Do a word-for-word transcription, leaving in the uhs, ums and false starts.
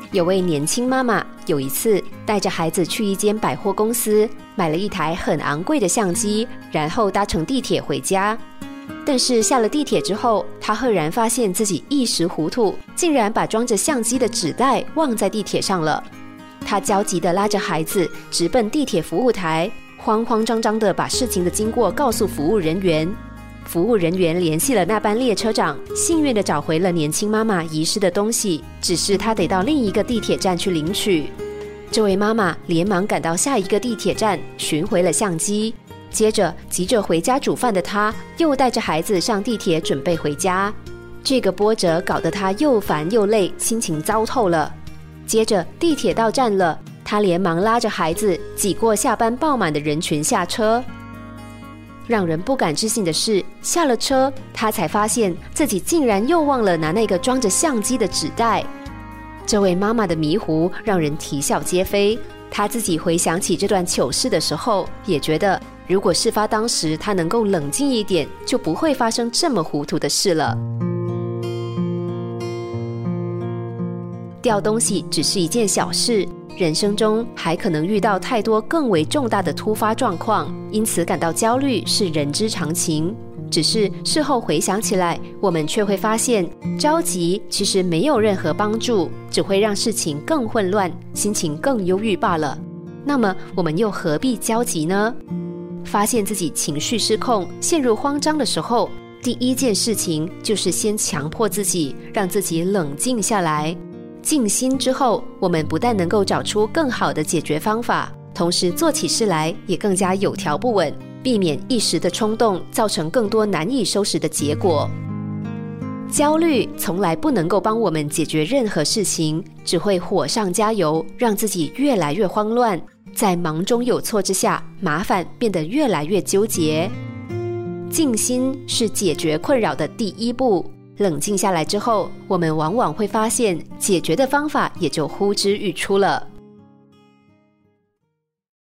有位年轻妈妈有一次带着孩子去一间百货公司，买了一台很昂贵的相机，然后搭乘地铁回家。但是下了地铁之后，她赫然发现自己一时糊涂，竟然把装着相机的纸袋忘在地铁上了。她焦急地拉着孩子直奔地铁服务台，慌慌张张地把事情的经过告诉服务人员。服务人员联系了那班列车长，幸运地找回了年轻妈妈遗失的东西，只是她得到另一个地铁站去领取。这位妈妈连忙赶到下一个地铁站，寻回了相机。接着急着回家煮饭的她又带着孩子上地铁准备回家。这个波折搞得她又烦又累，心情糟透了。接着地铁到站了，她连忙拉着孩子挤过下班爆满的人群下车。让人不敢置信的是，下了车，她才发现自己竟然又忘了拿那个装着相机的纸袋。这位妈妈的迷糊让人啼笑皆非。她自己回想起这段糗事的时候，也觉得如果事发当时她能够冷静一点，就不会发生这么糊涂的事了。掉东西只是一件小事，人生中还可能遇到太多更为重大的突发状况，因此感到焦虑是人之常情。只是事后回想起来，我们却会发现着急其实没有任何帮助，只会让事情更混乱，心情更忧郁罢了。那么我们又何必焦急呢？发现自己情绪失控，陷入慌张的时候，第一件事情就是先强迫自己，让自己冷静下来。静心之后，我们不但能够找出更好的解决方法，同时做起事来也更加有条不紊，避免一时的冲动造成更多难以收拾的结果。焦虑从来不能够帮我们解决任何事情，只会火上加油，让自己越来越慌乱，在忙中有错之下，麻烦变得越来越纠结。静心是解决困扰的第一步，冷静下来之后，我们往往会发现解决的方法也就呼之欲出了。